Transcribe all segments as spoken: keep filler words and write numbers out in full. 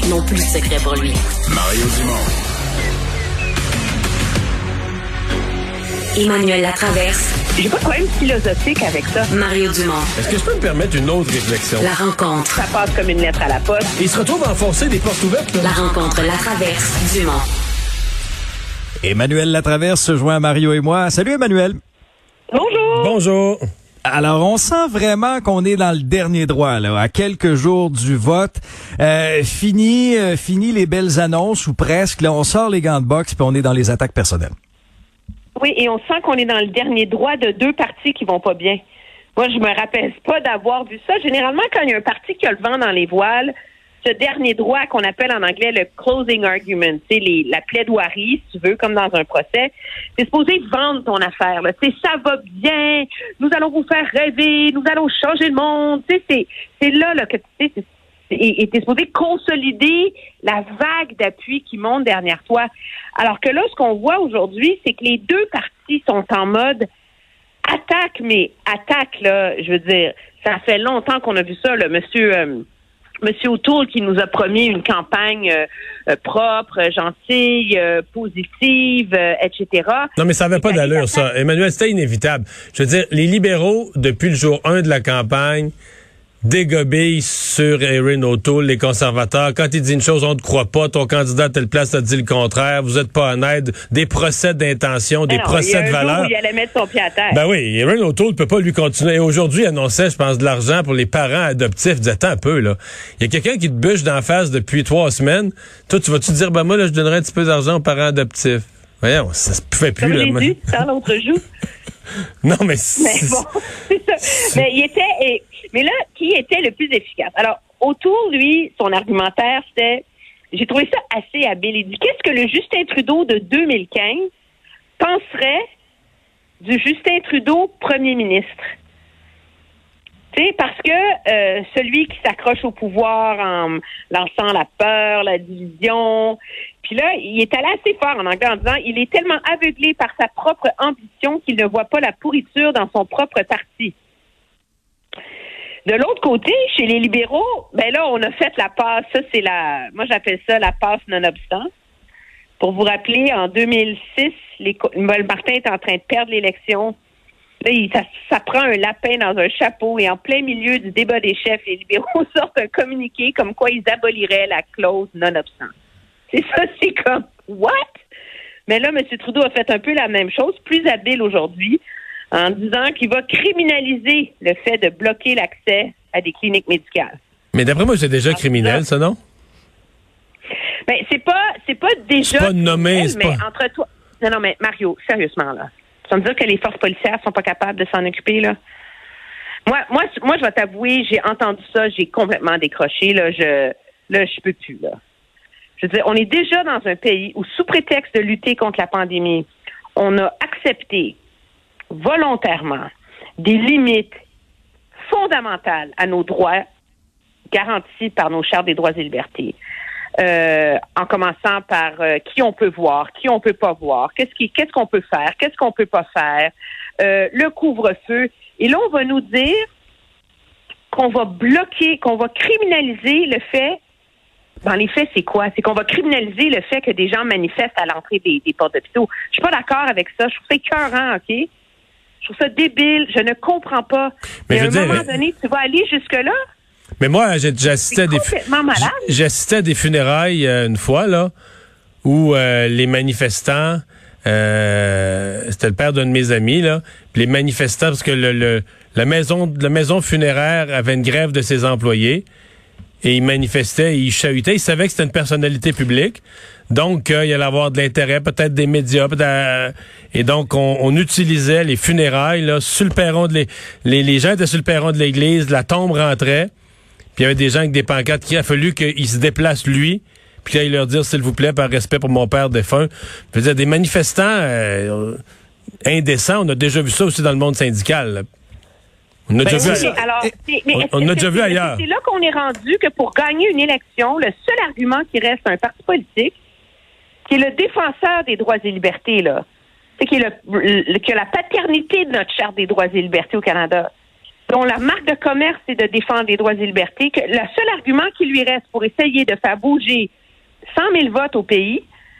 n'ont plus de secret pour lui. Mario Dumont. Emmanuel Latraverse. J'ai pas de problème philosophique avec ça. Mario Dumont. Est-ce que je peux me permettre une autre réflexion? La rencontre. Ça passe comme une lettre à la poste. Il se retrouve à enfoncer des portes ouvertes. Là. La rencontre Latraverse Dumont. Emmanuel Latraverse se joint à Mario et moi. Salut Emmanuel. Bonjour. Bonjour. Alors, on sent vraiment qu'on est dans le dernier droit, là, à quelques jours du vote. Euh, fini, euh, fini les belles annonces, ou presque. Là, on sort les gants de boxe, puis on est dans les attaques personnelles. Oui, et on sent qu'on est dans le dernier droit de deux partis qui vont pas bien. Moi, je me rappelle pas d'avoir vu ça. Généralement, quand il y a un parti qui a le vent dans les voiles, ce dernier droit qu'on appelle en anglais le closing argument, c'est les la plaidoirie, si tu veux, comme dans un procès, c'est supposé vendre ton affaire. Là. C'est ça va bien, nous allons vous faire rêver, nous allons changer le monde. Tu sais, c'est c'est là, là que tu sais, c'est et tu es supposé consolider la vague d'appui qui monte derrière toi. Alors que là, ce qu'on voit aujourd'hui, c'est que les deux partis sont en mode attaque, mais attaque, là, je veux dire, ça fait longtemps qu'on a vu ça, là, monsieur... Euh, Monsieur O'Toole qui nous a promis une campagne euh, euh, propre, gentille, euh, positive, euh, et cetera. Non, mais ça n'avait pas d'allure, ça. Emmanuel, c'était inévitable. Je veux dire, les libéraux, depuis le jour un de la campagne, dégobillent sur Erin O'Toole, les conservateurs. Quand il dit une chose, on ne te croit pas. Ton candidat à telle place a dit le contraire. Vous êtes pas honnête. Des procès d'intention, des non, procès de valeur. Jour où il allait mettre son pied à terre. Ben oui, Erin O'Toole peut pas lui continuer. Et aujourd'hui, il annonçait, je pense, de l'argent pour les parents adoptifs. Il disait, attends un peu, là. Il y a quelqu'un qui te bûche d'en face depuis trois semaines. Toi, tu vas-tu dire, ben moi, là, je donnerais un petit peu d'argent aux parents adoptifs. Voyons, ça se pouvait plus, Comme là. Comme Jésus, dans l'autre joue. Non, mais... Mais bon, c'est ça. Mais il était... Et, mais là, qui était le plus efficace? Alors, autour, lui, son argumentaire, c'était... J'ai trouvé ça assez habile. Il dit, qu'est-ce que le Justin Trudeau de deux mille quinze penserait du Justin Trudeau premier ministre? Tu sais, parce que euh, celui qui s'accroche au pouvoir en lançant la peur, la division... Puis là, il est allé assez fort en anglais en disant il est tellement aveuglé par sa propre ambition qu'il ne voit pas la pourriture dans son propre parti. De l'autre côté, chez les libéraux, ben là, on a fait la passe. Ça, c'est la, moi, j'appelle ça la passe nonobstant. Pour vous rappeler, en deux mille six, les, Martin est en train de perdre l'élection. Là, il, ça, ça prend un lapin dans un chapeau et en plein milieu du débat des chefs, les libéraux sortent un communiqué comme quoi ils aboliraient la clause nonobstant. C'est ça, c'est comme, what? Mais là, M. Trudeau a fait un peu la même chose, plus habile aujourd'hui, en disant qu'il va criminaliser le fait de bloquer l'accès à des cliniques médicales. Mais d'après moi, c'est déjà Alors, criminel, ça, non? Ben, c'est pas, c'est pas déjà. C'est pas nommé, c'est mais pas... entre toi. Non, non, mais Mario, sérieusement, là. Ça veut dire que les forces policières sont pas capables de s'en occuper, là? Moi, moi, moi, je vais t'avouer, j'ai entendu ça, j'ai complètement décroché, là. Je, là, je peux plus, là. Je veux dire, on est déjà dans un pays où, sous prétexte de lutter contre la pandémie, on a accepté volontairement des limites fondamentales à nos droits garantis par nos chartes des droits et libertés. Euh, en commençant par euh, qui on peut voir, qui on peut pas voir, qu'est-ce qui, qu'est-ce qu'on peut faire, qu'est-ce qu'on peut pas faire, euh, le couvre-feu. Et là, on va nous dire qu'on va bloquer, qu'on va criminaliser le fait. Dans les faits, c'est quoi? C'est qu'on va criminaliser le fait que des gens manifestent à l'entrée des, des portes d'hôpitaux. Je suis pas d'accord avec ça. Je trouve ça écœurant, OK? Je trouve ça débile. Je ne comprends pas. Mais, mais à un dire, moment donné, tu vas aller jusque-là? Mais moi, j'ai, j'ai assisté à des j'ai assisté à des funérailles euh, une fois là où euh, les manifestants, euh, c'était le père d'un de mes amis là, puis les manifestants parce que le, le la maison la maison funéraire avait une grève de ses employés et ils manifestaient, ils chahutaient, ils savaient que c'était une personnalité publique. Donc, euh, il allait avoir de l'intérêt, peut-être des médias. Peut-être, et donc, on, on utilisait les funérailles là, sur le perron de les, les, les gens étaient sur le perron de l'église, la tombe rentrait. Puis il y avait des gens avec des pancartes qui a fallu qu'ils se déplacent lui, puis là, il leur dire s'il vous plaît, par respect pour mon père défunt. Je veux dire, des manifestants euh, indécents, on a déjà vu ça aussi dans le monde syndical. Là. On a ben déjà oui, vu, mais alors, c'est, mais on, on a déjà vu ailleurs. C'est là qu'on est rendu que pour gagner une élection, le seul argument qui reste à un parti politique, qui est le défenseur des droits et libertés, là, c'est qui est le, le, que la paternité de notre charte des droits et libertés au Canada, dont la marque de commerce est de défendre les droits et libertés, que le seul argument qui lui reste pour essayer de faire bouger cent mille votes au pays,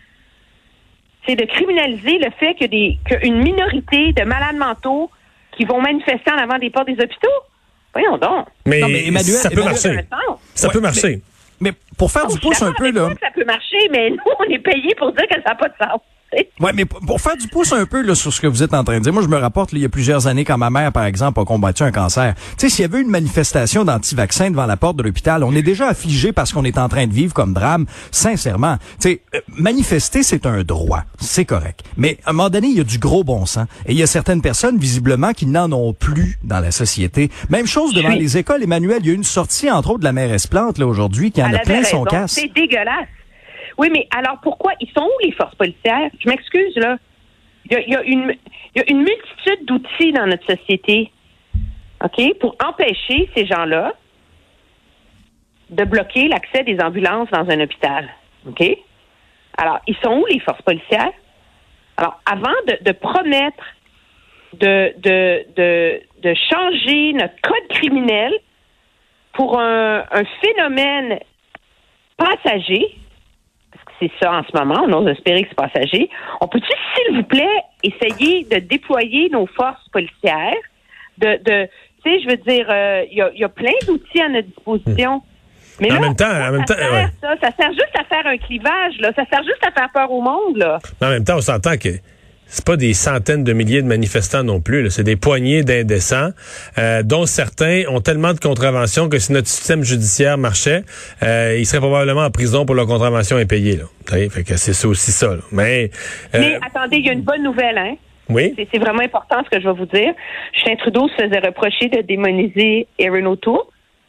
c'est de criminaliser le fait que des qu'une minorité de malades mentaux qui vont manifester en avant des portes des hôpitaux. Voyons donc. Mais, non, mais Emmanuel, ça peut Emmanuel, marcher. Ça ouais, peut marcher. Mais, mais pour faire oh, du pouce un peu, là. Ça peut marcher, mais nous, on est payés pour dire que ça n'a pas de sens. Ouais, mais pour faire du pouce un peu là, sur ce que vous êtes en train de dire, moi je me rapporte là, il y a plusieurs années quand ma mère, par exemple, a combattu un cancer. Tu sais, s'il y avait une manifestation d'anti-vaccins devant la porte de l'hôpital, on est déjà affligé parce qu'on est en train de vivre comme drame. Sincèrement, tu sais, euh, manifester c'est un droit, c'est correct. Mais à un moment donné, il y a du gros bon sens. Et il y a certaines personnes visiblement qui n'en ont plus dans la société. Même chose devant oui. les écoles. Emmanuel, il y a eu une sortie entre autres de la mairesse Plante là aujourd'hui qui en Elle a plein avait son raison. casse. C'est dégueulasse. Oui, mais alors pourquoi? Ils sont où les forces policières? Je m'excuse, là. Il y a, il y a, une, il y a une multitude d'outils dans notre société, OK, pour empêcher ces gens-là de bloquer l'accès des ambulances dans un hôpital. OK? Alors, ils sont où les forces policières? Alors, avant de, de promettre de, de, de, de changer notre code criminel pour un, un phénomène passager, c'est ça en ce moment, on ose espérer que c'est passager. On peut-tu, s'il vous plaît, essayer de déployer nos forces policières, de, de tu sais, je veux dire, il euh, y, a, y a plein d'outils à notre disposition. Mais en là, même temps, en même ça, temps, sert, ouais. ça, ça sert juste à faire un clivage, là. Ça sert juste à faire peur au monde, là. Mais en même temps, on s'entend que c'est pas des centaines de milliers de manifestants non plus, là. C'est des poignées d'indécents, euh, dont certains ont tellement de contraventions que si notre système judiciaire marchait, euh, ils seraient probablement en prison pour leur contravention impayée, là. Fait que c'est ça aussi ça, là. Mais, euh, Mais attendez, il y a une bonne nouvelle, hein. Oui. C'est, c'est vraiment important ce que je vais vous dire. Justin Trudeau se faisait reprocher de démoniser Erin O'Toole.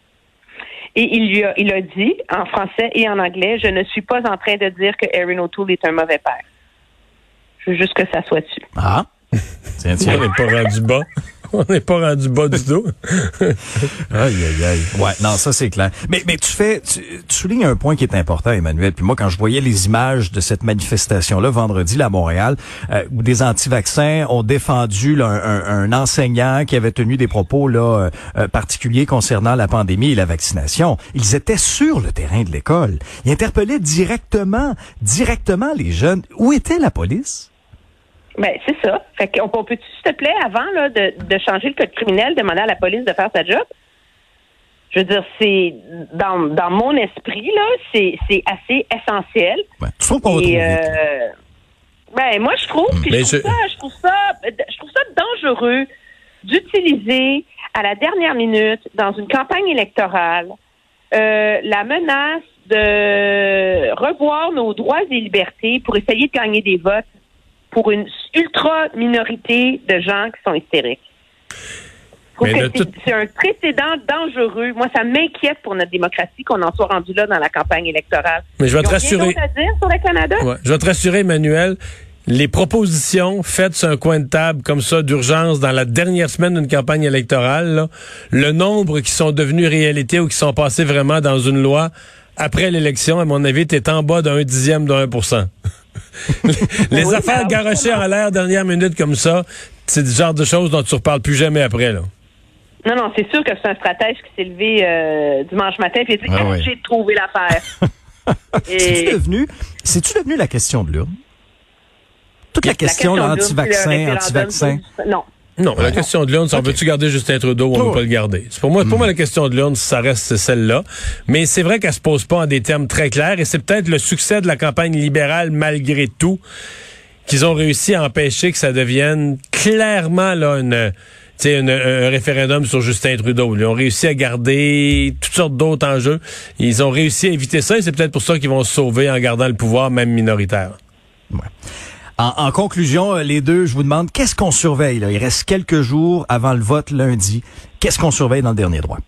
Et il lui a, il a dit, en français et en anglais, je ne suis pas en train de dire que Erin O'Toole est un mauvais père. Je veux juste que ça soit dessus. Ah. Tiens, tiens. On n'est pas rendu bas. On n'est pas rendu bas du tout. Aïe, aïe, aïe. Ouais, non, ça, c'est clair. Mais, mais tu fais, tu, tu soulignes un point qui est important, Emmanuel. Puis moi, quand je voyais les images de cette manifestation-là, vendredi, là, à Montréal, euh, où des anti-vaccins ont défendu là, un, un, un enseignant qui avait tenu des propos, là, euh, particuliers concernant la pandémie et la vaccination. Ils étaient sur le terrain de l'école. Ils interpellaient directement, directement les jeunes. Où était la police? Ben, c'est ça. Fait qu'on on peut-tu, s'il te plaît, avant là, de, de changer le code criminel, demander à la police de faire sa job? Je veux dire, c'est dans, dans mon esprit, là, c'est, c'est assez essentiel. Ouais. Tu trouves qu'on va trouver euh, ben, moi, je trouve, puis je, Mais trouve je... ça, je trouve ça, je trouve ça dangereux d'utiliser à la dernière minute, dans une campagne électorale, euh, la menace de revoir nos droits et libertés pour essayer de gagner des votes pour une ultra-minorité de gens qui sont hystériques. Je trouve que c'est, tout... c'est un précédent dangereux. Moi, ça m'inquiète pour notre démocratie qu'on en soit rendu là dans la campagne électorale. Mais je vais te rassurer. Rien d'autre à dire sur le Canada? Ouais. Je vais te rassurer, Emmanuel. Les propositions faites sur un coin de table comme ça d'urgence dans la dernière semaine d'une campagne électorale, là, le nombre qui sont devenus réalité ou qui sont passés vraiment dans une loi après l'élection, à mon avis, est en bas d'un dixième de un pour cent. Les oui, affaires garochées en l'air dernière minute comme ça, c'est du genre de choses dont tu ne reparles plus jamais après, là. Non, non, c'est sûr que c'est un stratège qui s'est levé euh, dimanche matin et a dit ah, oui. J'ai trouvé l'affaire. et... C'est-tu devenu, c'est-tu devenu la question de l'urne? Toute la, la question, question l'anti-vaccin, anti-vaccin. Non. Non, la question de l'urne, okay. On veut-tu garder Justin Trudeau ou on ne veut pas le garder? C'est pour moi, pour mm. moi, la question de l'urne, ça reste celle-là. Mais c'est vrai qu'elle se pose pas en des termes très clairs et c'est peut-être le succès de la campagne libérale, malgré tout, qu'ils ont réussi à empêcher que ça devienne clairement là une, tu sais, une, un référendum sur Justin Trudeau. Ils ont réussi à garder toutes sortes d'autres enjeux. Ils ont réussi à éviter ça et c'est peut-être pour ça qu'ils vont se sauver en gardant le pouvoir, même minoritaire. Ouais. En, en conclusion, les deux, je vous demande, qu'est-ce qu'on surveille, là? Il reste quelques jours avant le vote lundi. Qu'est-ce qu'on surveille dans le dernier droit?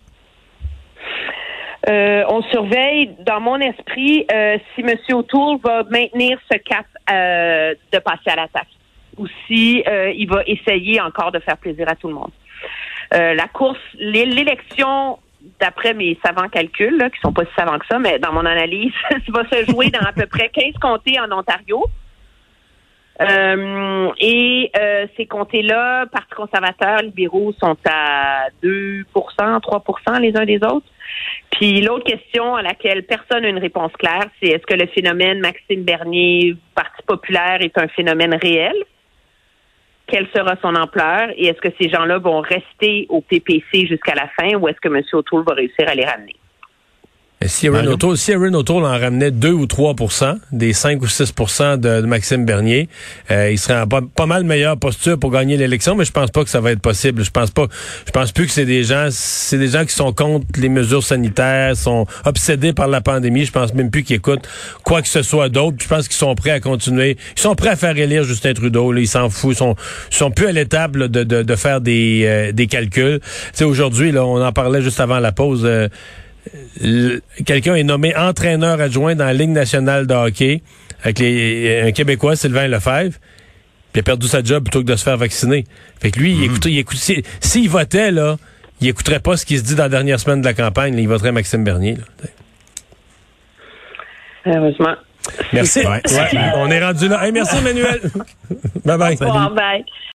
Euh, on surveille, dans mon esprit, euh, si M. O'Toole va maintenir ce cap euh, de passer à l'attaque ou si euh, il va essayer encore de faire plaisir à tout le monde. Euh, la course, l'élection, d'après mes savants calculs, là, qui sont pas si savants que ça, mais dans mon analyse, va se jouer dans à peu près quinze comtés en Ontario. Euh, et euh, ces comtés-là, Parti conservateur, libéraux sont à deux pour cent, trois pour cent les uns des autres. Puis l'autre question à laquelle personne n'a une réponse claire, c'est est-ce que le phénomène Maxime Bernier, Parti populaire, est un phénomène réel? Quelle sera son ampleur? Et est-ce que ces gens-là vont rester au P P C jusqu'à la fin ou est-ce que M. O'Toole va réussir à les ramener? Si Erin O'Toole, si Erin O'Toole en ramenait deux ou trois pour cent des cinq ou six pour cent de, de Maxime Bernier, euh, il serait en pas, pas mal meilleure posture pour gagner l'élection, mais je pense pas que ça va être possible. Je pense pas, je pense plus que c'est des gens, c'est des gens qui sont contre les mesures sanitaires, sont obsédés par la pandémie. Je pense même plus qu'ils écoutent quoi que ce soit d'autre. Je pense qu'ils sont prêts à continuer. Ils sont prêts à faire élire Justin Trudeau. Là, ils s'en foutent. Ils sont, ils sont plus à l'étape là, de, de, de faire des, euh, des calculs. Tu sais, aujourd'hui, là, on en parlait juste avant la pause. Euh, Le, quelqu'un est nommé entraîneur adjoint dans la Ligue nationale de hockey avec les, un Québécois, Sylvain Lefebvre, puis il a perdu sa job plutôt que de se faire vacciner. Fait que lui, mm-hmm. il écoute, il écoute, s'il si votait, là, il écouterait pas ce qui se dit dans la dernière semaine de la campagne, là, il voterait Maxime Bernier. Là. Heureusement. Merci. Ouais. Ouais. On est rendu là. Hey, merci, Emmanuel. Bye bye. Au revoir, bye.